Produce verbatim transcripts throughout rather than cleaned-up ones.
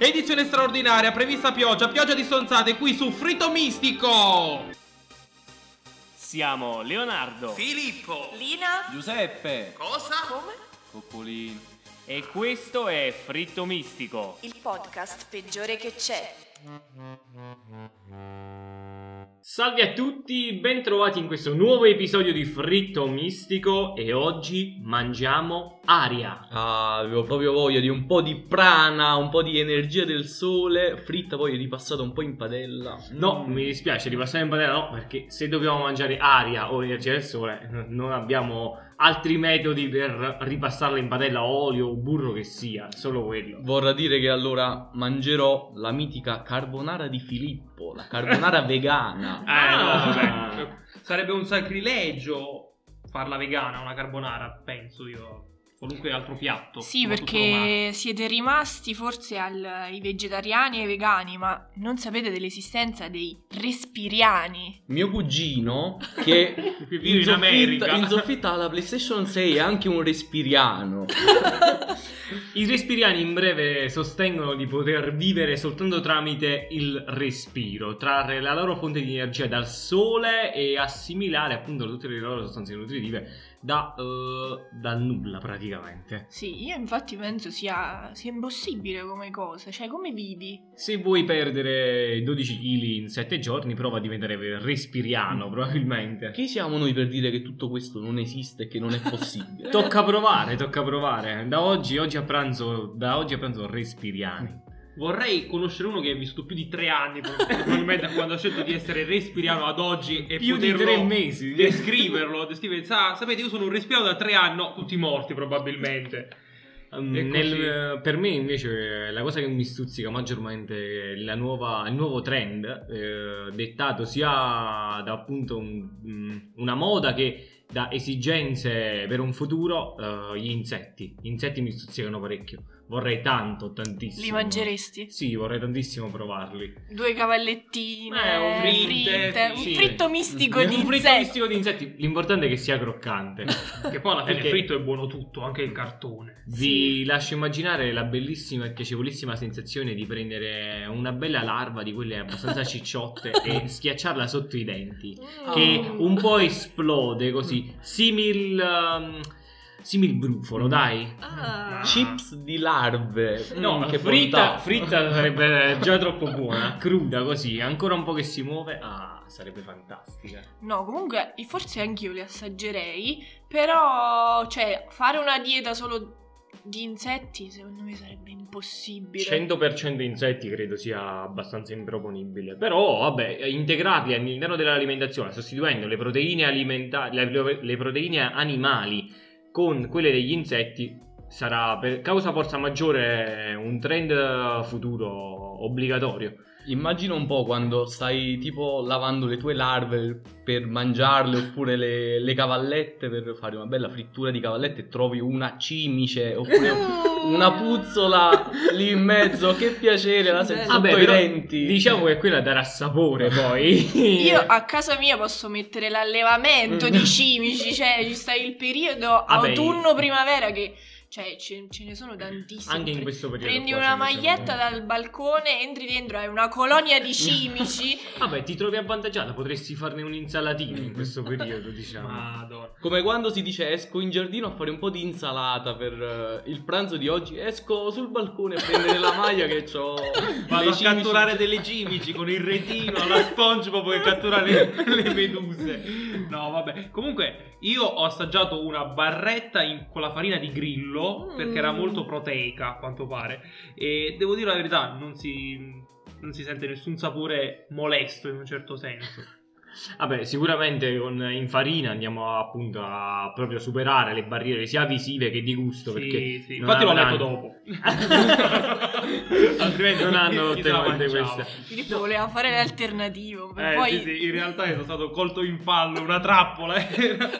edizione straordinaria, prevista pioggia, pioggia di stronzate qui su Fritto Mistico. Siamo Leonardo, Filippo, Lina, Giuseppe. Cosa? come? Coccolino. e questo è Fritto Mistico. Il podcast peggiore che c'è. Salve a tutti, bentrovati in questo nuovo episodio di Fritto Mistico e oggi mangiamo aria. Ah, avevo proprio voglia di un po' di prana, un po' di energia del sole, fritta poi ripassata un po' in padella. No, Mm. mi dispiace ripassare in padella, no, perché se dobbiamo mangiare aria o energia del sole non abbiamo altri metodi per ripassarla in padella, olio o burro che sia, solo quello. Vorrà dire che allora mangerò la mitica carbonara di Filippo, la carbonara vegana. Eh, Ah, no, vabbè. Sarebbe un sacrilegio farla vegana, una carbonara, penso io. Qualunque altro piatto. Sì, soprattutto perché romano. siete rimasti forse al- ai vegetariani e ai vegani, ma non sapete dell'esistenza dei respiriani. Mio cugino, che Vive in in soffitta, America. in soffitta alla PlayStation sei è anche un respiriano. I respiriani in breve sostengono di poter vivere soltanto tramite il respiro, trarre la loro fonte di energia dal sole e assimilare appunto tutte le loro sostanze nutritive da, eh, dal nulla praticamente. Sì, io infatti penso sia, sia impossibile come cosa, cioè come vivi? Se vuoi perdere dodici chili in sette giorni, prova a diventare respiriano probabilmente. Chi siamo noi per dire che tutto questo non esiste e che non è possibile? Tocca provare, tocca provare. Da oggi, oggi a pranzo, da oggi a pranzo respiriani. Vorrei conoscere uno che ha vissuto più di tre anni, probabilmente quando ha scelto di essere respiriano ad oggi e Più di poterlo tre mesi. descriverlo. descrivere. Sa, sapete, io sono un respirato da tre anni, no, tutti morti probabilmente. Um, E nel- così. per me invece la cosa che mi stuzzica maggiormente è la nuova, il nuovo trend eh, dettato sia da appunto un- mm, una moda che da esigenze per un futuro, eh, gli insetti. Gli insetti mi stuzzicano parecchio. Vorrei tanto, tantissimo. Li mangeresti? Sì, vorrei tantissimo provarli. Due cavallettine, Eh, un fritte, fritte, sì. un fritto mistico Un di fritto insetti. mistico di insetti. L'importante è che sia croccante. Che poi alla fine Perché- il fritto è buono tutto, anche il cartone. Vi lascio immaginare la bellissima e piacevolissima sensazione di prendere una bella larva di quelle abbastanza cicciotte e schiacciarla sotto i denti, che un po' esplode così, simil um, simil brufolo, dai. Ah. Chips di larve. No, Mm, che fritta, bontà. fritta sarebbe già troppo buona, cruda così, ancora un po' che si muove, ah, sarebbe fantastica. No, comunque forse anch'io li assaggerei, però cioè fare una dieta solo di insetti secondo me sarebbe impossibile. cento per cento insetti credo sia abbastanza improponibile. Però, vabbè, integrarli all'interno dell'alimentazione, sostituendo le proteine alimentari, le, le proteine animali con quelle degli insetti, sarà per causa forza maggiore un trend futuro obbligatorio. Immagino un po' quando stai tipo lavando le tue larve per mangiarle, oppure le, le cavallette per fare una bella frittura di cavallette e trovi una cimice oppure una puzzola lì in mezzo. Che piacere, la senti sotto Vabbè, i però, denti. diciamo che quella darà sapore poi. Io a casa mia posso mettere l'allevamento di cimici, cioè ci sta il periodo Vabbè, autunno-primavera che cioè ce, ce ne sono tantissimi. Anche in questo periodo Prendi qua una ce ne maglietta sono. dal balcone, entri dentro, hai una colonia di cimici. Vabbè, ti trovi avvantaggiata, potresti farne un'insalatina in questo periodo, diciamo. Madonna. Come quando si dice esco in giardino a fare un po' di insalata per eh, il pranzo di oggi. Esco sul balcone a prendere la maglia che ho. Vado a catturare delle cimici con il retino alla SpongeBob che cattura le, le meduse. No, vabbè. Comunque, io ho assaggiato una barretta in- con la farina di grillo perché era molto proteica, a quanto pare. E devo dire la verità, non si, non si sente nessun sapore molesto in un certo senso. Vabbè, sicuramente con in farina andiamo appunto a proprio superare le barriere sia visive che di gusto, Sì, perché sì. non Infatti l'ho avranno- letto dopo. Altrimenti non hanno chi se la ottenuto mangiava? questa. Filippo voleva fare l'alternativo, per Eh, poi sì, sì, in realtà io sono stato colto in fallo, una trappola.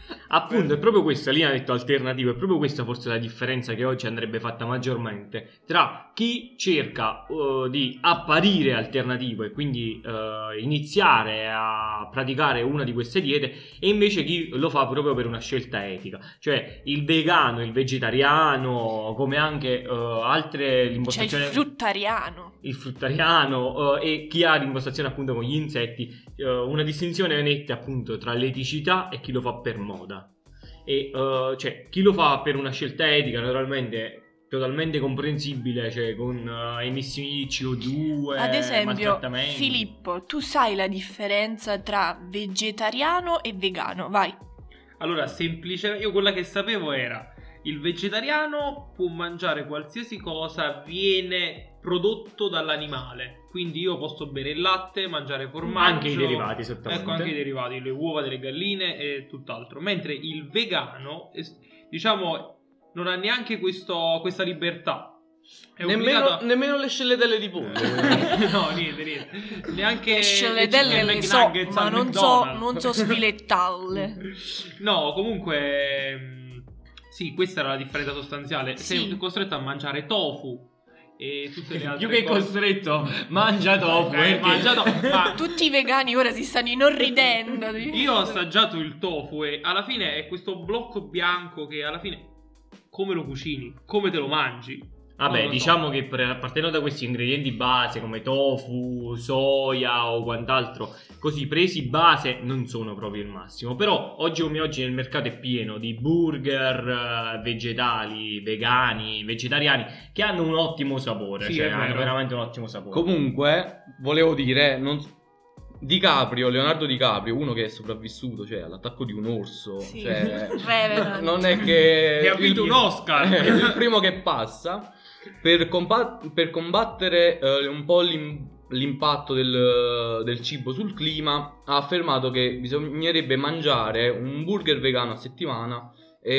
Appunto, è proprio questa, lì ha detto alternativo, è proprio questa forse la differenza che oggi andrebbe fatta maggiormente tra chi cerca uh, di apparire alternativo e quindi uh, iniziare a praticare una di queste diete e invece chi lo fa proprio per una scelta etica, cioè il vegano, il vegetariano, come anche uh, altre C'è l'impostazione... il fruttariano. il fruttariano uh, e chi ha l'impostazione appunto con gli insetti, uh, una distinzione netta appunto tra l'eticità e chi lo fa per moda. E uh, cioè chi lo fa per una scelta etica naturalmente totalmente comprensibile, cioè con uh, emissioni di C O due, Ad esempio, maltrattamenti. Filippo, tu sai la differenza tra vegetariano e vegano? Vai. Allora, semplice, io quella che sapevo era il vegetariano può mangiare qualsiasi cosa viene prodotto dall'animale, quindi io posso bere il latte, mangiare formaggio, Anche i derivati, esattamente. ecco, anche i derivati, le uova delle galline e tutt'altro, mentre il vegano, es- diciamo, non ha neanche questo, questa libertà. È Nemmeno, obbligata- nemmeno le scelletelle di pollo. no, niente, niente. Neanche Le scelletelle chicken le so, McNuggets ma al non so, McDonald's. non so sfilettarle. No, comunque mh, sì, questa era la differenza sostanziale. Sì. Sei costretto a mangiare tofu e tutte le altre Più che cose. costretto, mangia tofu. Eh, perché- mangia tofu, ma Tutti i vegani ora si stanno inorridendo. io ho assaggiato il tofu e alla fine è questo blocco bianco che alla fine come lo cucini, come te lo mangi. Non Vabbè, lo so. diciamo che pre- partendo da questi ingredienti base come tofu, soia o quant'altro, così presi base non sono proprio il massimo. Però oggi come oggi nel mercato è pieno di burger eh, vegetali, vegani, vegetariani che hanno un ottimo sapore, Sì, cioè è hanno vero. veramente un ottimo sapore. Comunque, volevo dire, non... DiCaprio, Leonardo DiCaprio, uno che è sopravvissuto, cioè all'attacco di un orso, Sì. cioè, Revenant. non è che E ha vinto il- un Oscar. è il primo che passa per, combat- per combattere eh, un po' l'im- l'impatto del, del cibo sul clima. Ha affermato che bisognerebbe mangiare un burger vegano a settimana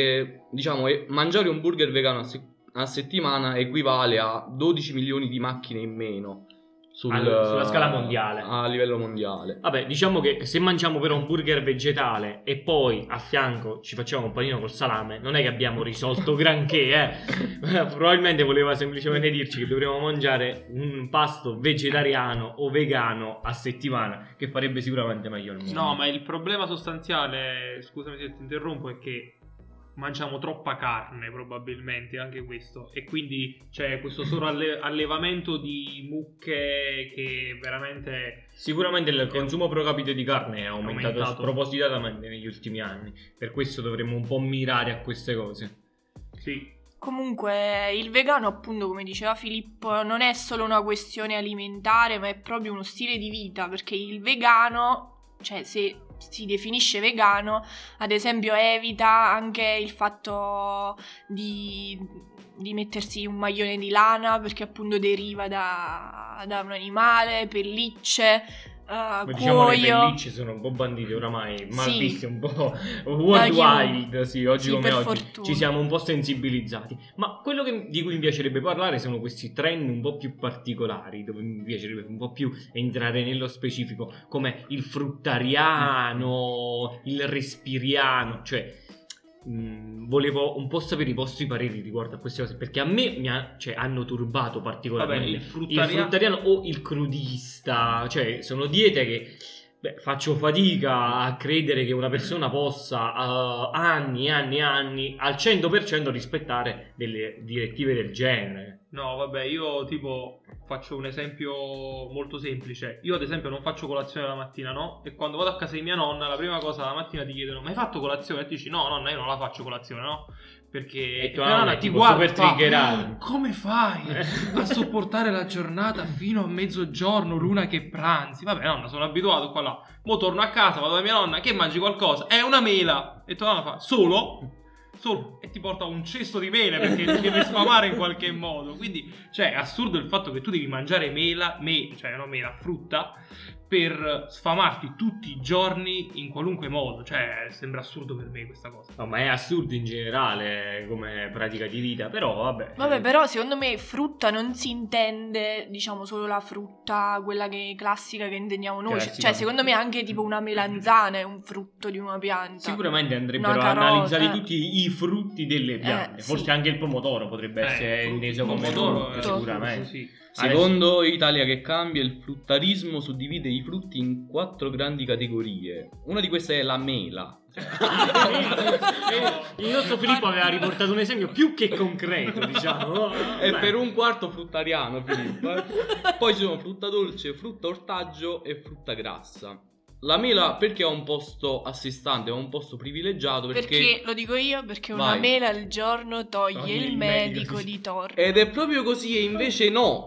e diciamo e mangiare un burger vegano a, se- a settimana equivale a dodici milioni di macchine in meno sul- Al- sulla scala mondiale. a livello mondiale. Vabbè, diciamo che se mangiamo però un burger vegetale e poi a fianco ci facciamo un panino col salame, non è che abbiamo risolto granché, eh. Probabilmente voleva semplicemente dirci che dovremmo mangiare un pasto vegetariano o vegano a settimana, che farebbe sicuramente meglio al mondo. No, ma il problema sostanziale, scusami se ti interrompo, è che mangiamo troppa carne probabilmente, anche questo, e quindi c'è questo sovrallevamento di mucche che veramente Sicuramente il consumo pro capite di carne è aumentato, Aumentato. spropositamente negli ultimi anni, per questo dovremmo un po' mirare a queste cose. sì. Comunque il vegano, appunto, come diceva Filippo, non è solo una questione alimentare, ma è proprio uno stile di vita, perché il vegano, cioè se si definisce vegano, ad esempio evita anche il fatto di, di mettersi un maglione di lana, perché appunto deriva da, da un animale, pellicce, uh, Ma diciamo le cuoio. pellicce sono un po' bandite oramai, mal Sì. viste un po' worldwide, sì, oggi Sì, come per oggi fortuna. ci siamo un po' sensibilizzati. Ma quello che- di cui mi piacerebbe parlare sono questi trend un po' più particolari, dove mi piacerebbe un po' più entrare nello specifico, come il fruttariano, il respiriano, cioè mh, volevo un po' sapere i vostri pareri riguardo a queste cose, perché a me mi ha- cioè, hanno turbato particolarmente. Vabbè, il Il fruttaria- fruttariano o il crudista, cioè sono diete che beh, faccio fatica a credere che una persona possa uh, anni e anni e anni al cento per cento rispettare delle direttive del genere. No, vabbè, io tipo faccio un esempio molto semplice. Io ad esempio non faccio colazione la mattina, no? E quando vado a casa di mia nonna, la prima cosa la mattina ti chiedono: ma hai fatto colazione? E tu dici: no, nonna, io non la faccio colazione, no? Perché E tua mia nonna nonna è ti tipo guarda e super fa: triggerata. come fai a sopportare la giornata fino a mezzogiorno, l'una che pranzi? Vabbè, nonna, sono abituato qua là. Mo torno a casa, vado da mia nonna, che mangi qualcosa? È una mela. E tua nonna fa: solo? Solo, e ti porta un cesto di mele perché ti deve sfamare in qualche modo. Quindi, cioè, è assurdo il fatto che tu devi mangiare mela, me, cioè no mela, frutta, per sfamarti tutti i giorni in qualunque modo. Cioè, sembra assurdo per me questa cosa. No, ma è assurdo in generale come pratica di vita, però vabbè. Vabbè, però secondo me frutta non si intende, diciamo, solo la frutta, quella che classica che intendiamo noi. Classica. Cioè, secondo me anche tipo una melanzana è un frutto di una pianta. Sicuramente andrebbero Una carota, analizzati eh. tutti i frutti delle piante. Eh, Forse sì. anche il pomodoro potrebbe essere Eh, inteso il come pomodoro frutto, è sicuramente. sì. Secondo Italia che cambia, il fruttarismo suddivide i frutti in quattro grandi categorie. Una di queste è la mela. Il nostro Filippo aveva riportato un esempio più che concreto, diciamo. È Beh. per un quarto fruttariano, Filippo. eh. Poi ci sono frutta dolce, frutta ortaggio e frutta grassa. La mela perché ha un posto a sé stante, ha un posto privilegiato perché... Perché, lo dico io, perché una Vai. mela al giorno toglie Toglie il il medico, medico, sì. di torno. Ed è proprio così e invece no.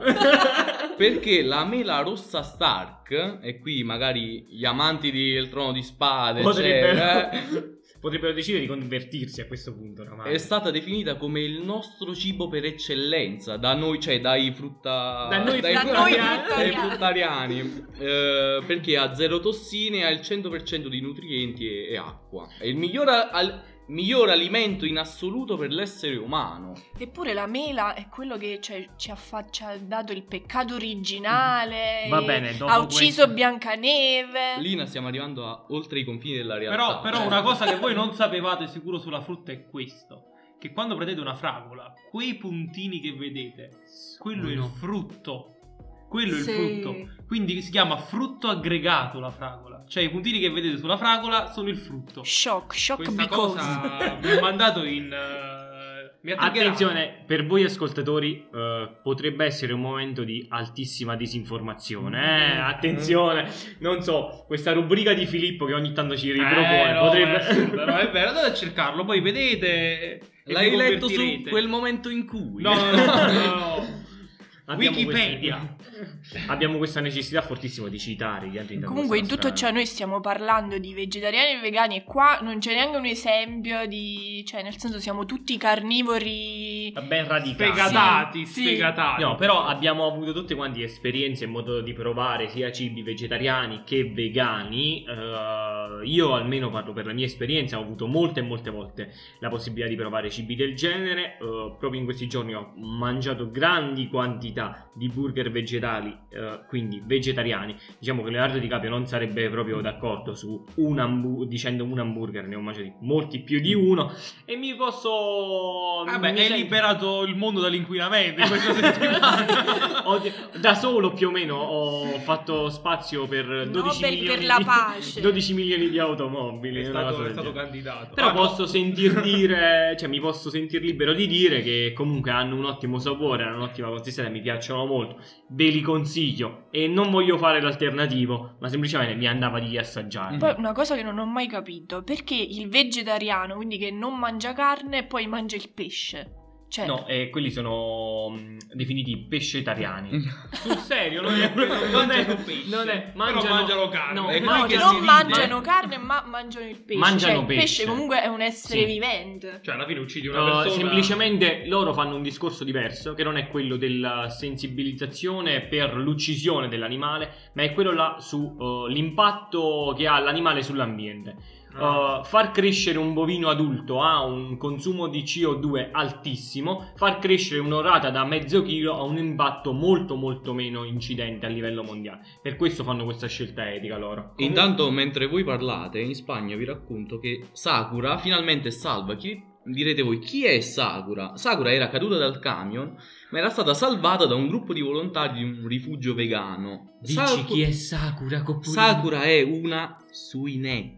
Perché la mela rossa Stark, e qui magari gli amanti del Trono di Spade, Potrebbero, cioè, eh, potrebbero decidere di convertirsi a questo punto oramai. è stata definita come il nostro cibo per eccellenza da noi, cioè dai frutta Da noi dai, Da fru- noi dai fruttariani. fruttariani, eh, perché ha zero tossine, ha il cento per cento di nutrienti e, e acqua. È il miglior, al- miglior alimento in assoluto per l'essere umano. Eppure la mela è quello che cioè, ci, ha fa- ci ha dato il peccato originale. Va e bene, dopo ha ucciso questo- Biancaneve. Lina, stiamo arrivando a oltre i confini della realtà. Però, però Cioè, una cosa che voi non sapevate sicuro sulla frutta è questo: che quando prendete una fragola, quei puntini che vedete, quello è il No. frutto. Quello è il Sì. frutto. Quindi si chiama frutto aggregato la fragola. Cioè i puntini che vedete sulla fragola sono il frutto. Shock, shock Questa because. cosa mi ha mandato in... eh, mi ha triggerato. Attenzione, per voi ascoltatori eh, potrebbe essere un momento di altissima disinformazione. Eh, attenzione, non so, questa rubrica di Filippo che ogni tanto ci ripropone Eh, no, potrebbe... è assurdo, no, è vero, andate a cercarlo, poi vedete e l'hai vi letto su convertirete. quel momento in cui? No, no, no, no, no. Abbiamo Wikipedia. questa- abbiamo questa necessità fortissima di citare gli altri. Comunque in tutto ciò noi stiamo parlando di vegetariani e vegani e qua non c'è neanche un esempio di... cioè nel senso siamo tutti carnivori. ben radicati. Sfegatati, Sì. sfegatati. No, però abbiamo avuto tutte quanti esperienze e modo di provare sia cibi vegetariani che vegani. Eh, io almeno parlo per la mia esperienza, ho avuto molte e molte volte la possibilità di provare cibi del genere. Eh, proprio in questi giorni ho mangiato grandi quantità di burger vegetali, eh, quindi vegetariani. Diciamo che Leonardo DiCaprio non sarebbe proprio d'accordo su un hamburger, dicendo un hamburger, ne ho mangiati molti più di uno e mi posso... Vabbè, mi hai sento- liberato il mondo dall'inquinamento in questa settimana. Ho de- da solo più o meno ho fatto spazio per dodici Nobel milioni per la di- pace. dodici milioni di automobili. È una cosa stato, è del stato genere. candidato. Però Ah, no. posso sentir dire, cioè mi posso sentir libero di dire che comunque hanno un ottimo sapore, hanno un'ottima consistenza, mi piacciono molto, ve li consiglio e non voglio fare l'alternativo, ma semplicemente mi andava di assaggiare. Poi una cosa che non ho mai capito, perché il vegetariano, quindi che non mangia carne, poi mangia il pesce? Cioè, No, e quelli sono mh, definiti pescetariani. Sul serio, non è, Non è- mangiano pesce, non è- però mangiano- mangiano carne. no, È no, qui che non si ride. mangiano carne, ma mangiano il pesce. Mangiano cioè, il pesce pesce. comunque è un essere Sì. vivente. Cioè alla fine uccidi una Uh, persona. semplicemente loro fanno un discorso diverso, che non è quello della sensibilizzazione per l'uccisione dell'animale, ma è quello là sull'impatto che ha l'animale sull'ambiente. Uh, far crescere un bovino adulto ha un consumo di C O due altissimo, far crescere un'orata da mezzo chilo ha un impatto molto molto meno incidente a livello mondiale. Per questo fanno questa scelta etica loro. Intanto, mentre voi parlate, in Spagna vi racconto che Sakura finalmente salva. Chi, direte voi, chi è Sakura? Sakura era caduta dal camion, ma era stata salvata da un gruppo di volontari di un rifugio vegano. Dici Saku- chi è Sakura, Coppolino? Sakura è una suinetta.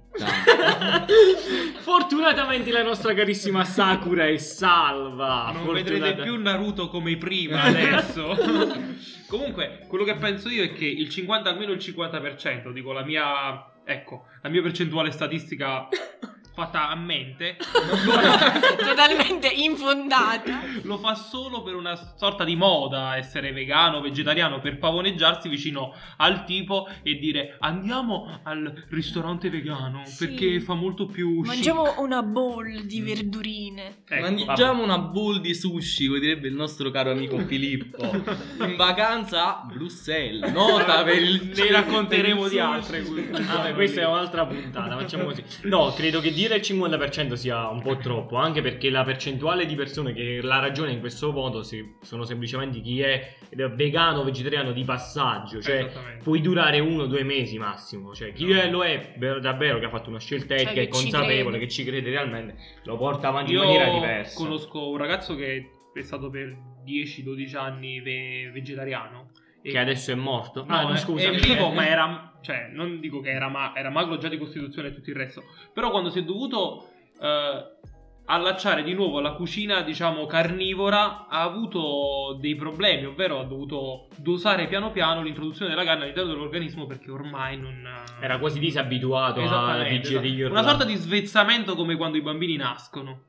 Fortunatamente la nostra carissima Sakura è salva. Non vedrete Fortunata- più Naruto come prima adesso. Comunque, quello che penso io è che il cinquanta, almeno il cinquanta per cento, dico la mia, ecco, la mia percentuale statistica fatta a mente, Totalmente infondata. lo fa solo per una sorta di moda essere vegano, vegetariano, per pavoneggiarsi vicino al tipo e dire andiamo al ristorante vegano Sì. perché fa molto più chic. Mangiamo una bowl di verdurine. Ecco, Mangiamo una bowl di sushi, come direbbe il nostro caro amico Filippo. In vacanza a Bruxelles. Nota per il ne racconteremo per il di sushi. altre. Vabbè, questa è un'altra puntata, facciamo così. No, credo che dire il cinquanta per cento sia un po' troppo, anche perché la percentuale di persone che la ragiona in questo modo si- sono semplicemente chi è vegano, vegetariano di passaggio, cioè Esattamente. puoi durare uno o due mesi massimo, cioè chi No. è, lo è ver- davvero, che ha fatto una scelta etica, che è ci consapevole, crede. che ci crede realmente, lo porta avanti Io in maniera diversa. conosco un ragazzo che è stato per dieci dodici anni ve- vegetariano. E- Che adesso è morto. No, Ah, no, è- scusa. è vivo, ma era, cioè, non dico che era, ma- era magro già di costituzione e tutto il resto. Però quando si è dovuto eh, allacciare di nuovo alla cucina, diciamo, carnivora, ha avuto dei problemi, ovvero ha dovuto dosare piano piano l'introduzione della carne all'interno dell'organismo perché ormai non... Era quasi disabituato a Esattamente, digerirla. esatto. Una sorta di svezzamento come quando i bambini nascono.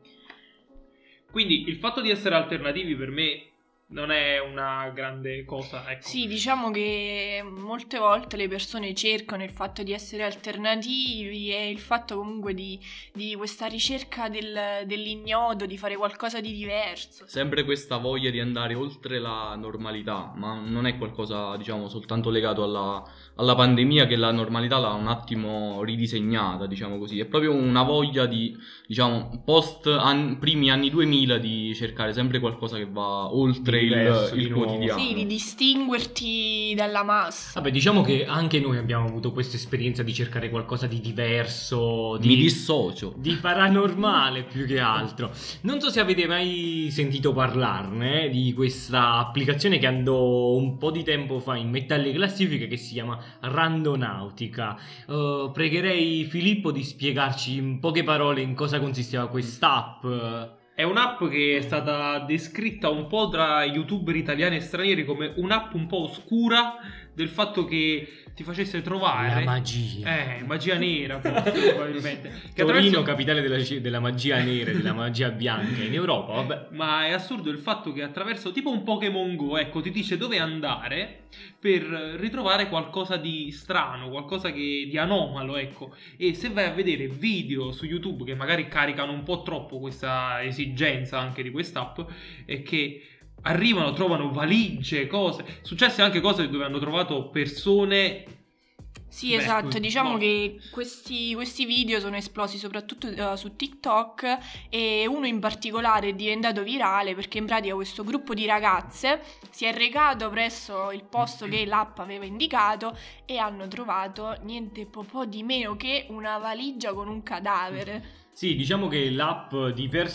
Quindi il fatto di essere alternativi per me non è una grande cosa, ecco. Sì, diciamo che molte volte le persone cercano il fatto di essere alternativi e il fatto comunque di, di questa ricerca del- dell'ignoto, di fare qualcosa di diverso. Sempre questa voglia di andare oltre la normalità, ma non è qualcosa, diciamo, soltanto legato alla, alla pandemia, che la normalità l'ha un attimo ridisegnata, diciamo così. È proprio una voglia di, diciamo, post an- primi anni duemila, di cercare sempre qualcosa che va oltre il, Diverso, di il nuovo. quotidiano. Sì, di distinguerti dalla massa. Vabbè, diciamo che anche noi abbiamo avuto questa esperienza di cercare qualcosa di diverso, di, Mi dissocio. di paranormale più che altro. Non so se avete mai sentito parlarne di questa applicazione che andò un po' di tempo fa in metta alle classifiche, che si chiama Randonautica. Eh, pregherei Filippo di spiegarci in poche parole in cosa consisteva quest'app. È un'app che è stata descritta un po' tra youtuber italiani e stranieri come un'app un po' oscura del fatto che ti facesse trovare La magia. Eh, magia nera forse, probabilmente. Che Torino, attraverso- capitale della, della magia nera e della magia bianca in Europa, vabbè. Ma è assurdo il fatto che attraverso tipo un Pokémon Go, ecco, ti dice dove andare per ritrovare qualcosa di strano, qualcosa che, di anomalo, ecco. E se vai a vedere video su YouTube che magari caricano un po' troppo questa esigenza anche di quest'app, è che arrivano, trovano valigie, cose. Successe anche cose dove hanno trovato persone. Sì, Beh, esatto, scusi, diciamo no. che questi, questi video sono esplosi soprattutto eh, su TikTok e uno in particolare è diventato virale perché in pratica questo gruppo di ragazze si è recato presso il posto che l'app aveva indicato e hanno trovato niente po' po' di meno che una valigia con un cadavere. Sì, diciamo che l'app di per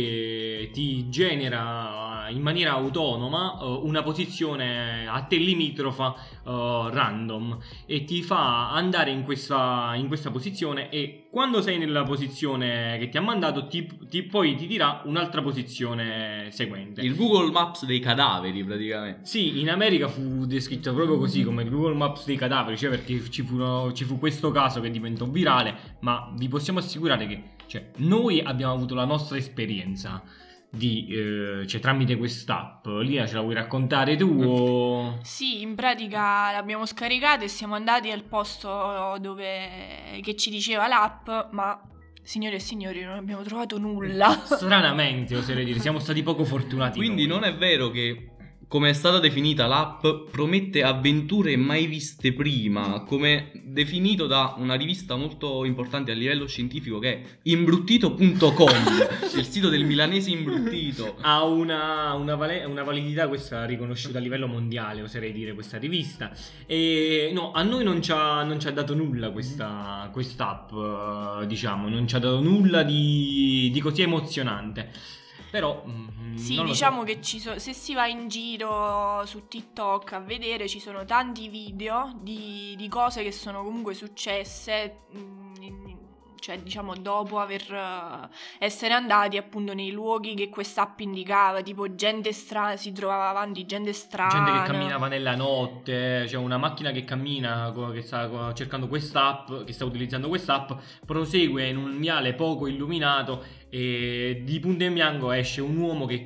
sé ti genera in maniera autonoma eh, una posizione a te limitrofa eh, random e ti fa andare in questa, in questa posizione, e quando sei nella posizione che ti ha mandato ti, ti- poi ti dirà un'altra posizione seguente. Il Google Maps dei cadaveri, praticamente. Sì, in America fu descritto proprio così, come il Google Maps dei cadaveri, cioè perché ci, furono- ci fu questo caso che diventò virale, ma vi possiamo assicurare che, cioè, noi abbiamo avuto la nostra esperienza di, eh, cioè, tramite quest'app. Lia, ce la vuoi raccontare tu? O... Sì, in pratica l'abbiamo scaricata e siamo andati al posto dove che ci diceva l'app, ma signore e signori non abbiamo trovato nulla. Stranamente, oserei dire, siamo stati poco fortunati. Quindi noi. non è vero che, come è stata definita l'app, promette avventure mai viste prima, come definito da una rivista molto importante a livello scientifico che è imbruttito punto com, il sito del milanese imbruttito. Ha una, una, vale- una validità questa riconosciuta a livello mondiale, oserei dire, questa rivista. E no, a noi non ci ha, non ci ha dato nulla questa quest'app, eh, diciamo, non ci ha dato nulla di, di così emozionante. Però mm, Sì, non lo diciamo so. che ci so- se si va in giro su TikTok a vedere ci sono tanti video di, di cose che sono comunque successe mm, in- cioè diciamo dopo aver uh, essere andati appunto nei luoghi che quest'app indicava, tipo gente strana, si trovava avanti gente strana, gente che camminava nella notte, c'è una macchina che cammina co- che sta co- cercando quest'app, che sta utilizzando quest'app, prosegue in un viale poco illuminato e di punto in bianco esce un uomo che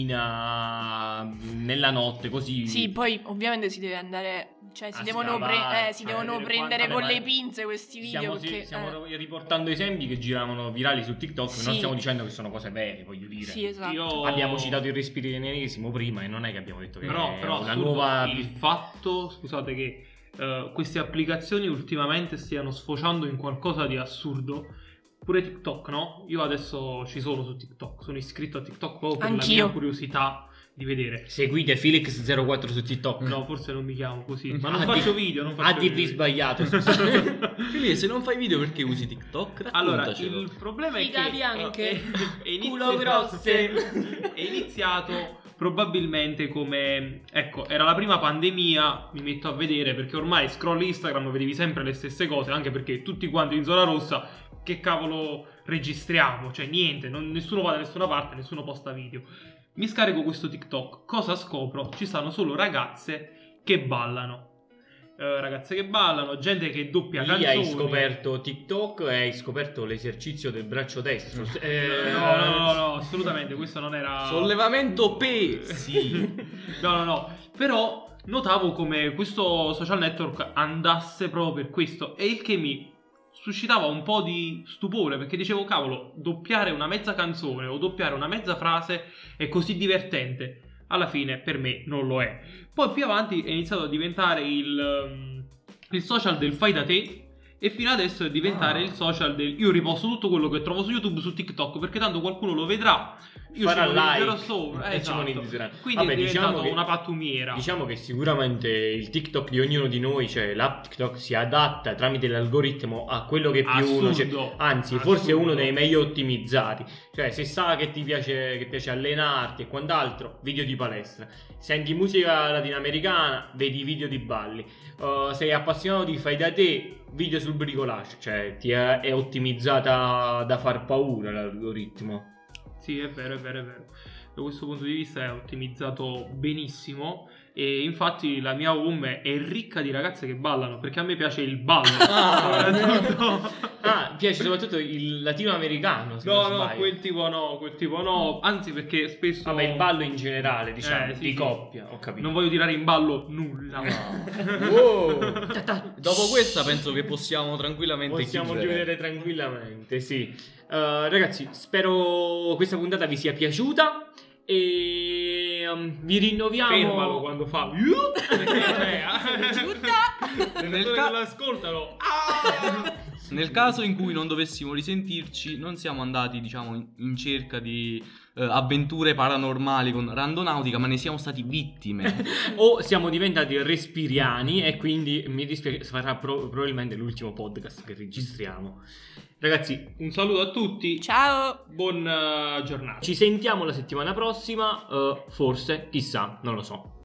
cammina nella notte così. Sì, poi ovviamente si deve andare, cioè si A devono, pre- scavare, eh, si a devono vedere prendere quanto- con vabbè, le ma pinze questi video Stiamo, perché, sì, stiamo eh, riportando esempi che giravano virali su TikTok, Sì. non stiamo dicendo che sono cose vere, voglio dire. sì, esatto. Io- Abbiamo citato il respirianesimo prima e non è che abbiamo detto che Però, è però una assurdo nuova... il fatto, scusate, che eh, queste applicazioni ultimamente stiano sfociando in qualcosa di assurdo. Pure TikTok, no? Io adesso ci sono su TikTok, sono iscritto a TikTok proprio per Anch'io. la mia curiosità di vedere. Seguite Felix zero quattro su TikTok. No, forse non mi chiamo così, ma non Ah, faccio di- video, non faccio A D V video. sbagliato, scusate. Fili, se non fai video perché usi TikTok? Allora, Raccontacelo. il problema è Figa che bianche, è, è iniziato, culo grosse. è iniziato probabilmente come, ecco, era la prima pandemia, mi metto a vedere perché ormai scroll Instagram, vedevi sempre le stesse cose, anche perché tutti quanti in zona rossa, che cavolo registriamo? Cioè niente, non- nessuno va da nessuna parte, nessuno posta video. Mi scarico questo TikTok, cosa scopro? Ci stanno solo ragazze che ballano. Eh, ragazze che ballano, gente che doppia Lì canzoni. hai scoperto TikTok e hai scoperto l'esercizio del braccio destro. Eh, No, no, no, no, assolutamente, questo non era... Sollevamento pesi. No, no, no, però notavo come questo social network andasse proprio per questo, e il che mi suscitava un po' di stupore, perché dicevo, cavolo, doppiare una mezza canzone o doppiare una mezza frase è così divertente. Alla fine per me non lo è. Poi più avanti è iniziato a diventare il, um, il social del fai da te, e fino adesso è diventare Ah. il social del io riposto tutto quello che trovo su YouTube su TikTok, perché tanto qualcuno lo vedrà, io Farà ci monetizzerò like sopra, e ci esatto. monetizzerà. Quindi Vabbè, è diventato diciamo che- una pattumiera. Diciamo che sicuramente il TikTok di ognuno di noi, cioè l'app TikTok, si adatta tramite l'algoritmo a quello che più uno c'è. Assurdo. Anzi, forse è Assurdo. uno dei meglio ottimizzati. Cioè, se sa che ti piace, che piace allenarti e quant'altro, video di palestra. Senti musica latinoamericana, vedi video di balli. Uh, sei appassionato di fai da te, video sul bricolage. Cioè, ti è, è ottimizzata da far paura l'algoritmo. Sì, è vero, è vero, è vero. Da questo punto di vista è ottimizzato benissimo, e infatti la mia home è ricca di ragazze che ballano, perché a me piace il ballo. Ah, soprattutto. Ah, piace soprattutto il latinoamericano. Se No, non no, sbaglio. quel tipo no, quel tipo no, anzi perché spesso... Vabbè, il ballo in generale, diciamo, Eh, sì, di sì. coppia, ho capito. Non voglio tirare in ballo nulla. Wow. Dopo questa penso che possiamo tranquillamente Possiamo chiudere. chiudere tranquillamente, sì. Uh, ragazzi, spero questa puntata vi sia piaciuta e um, vi rinnoviamo. Fermalo quando fa... Perché, cioè, le Nel persone ca- che lo ascoltano... Nel caso in cui non dovessimo risentirci, non siamo andati, diciamo, in, in cerca di eh, avventure paranormali con Randonautica, ma ne siamo stati vittime. O siamo diventati respiriani e quindi mi dispiace, sarà pro- probabilmente l'ultimo podcast che registriamo. Ragazzi, Un saluto a tutti, Ciao! buon eh, giornata. ci sentiamo la settimana prossima, uh, forse, chissà, non lo so.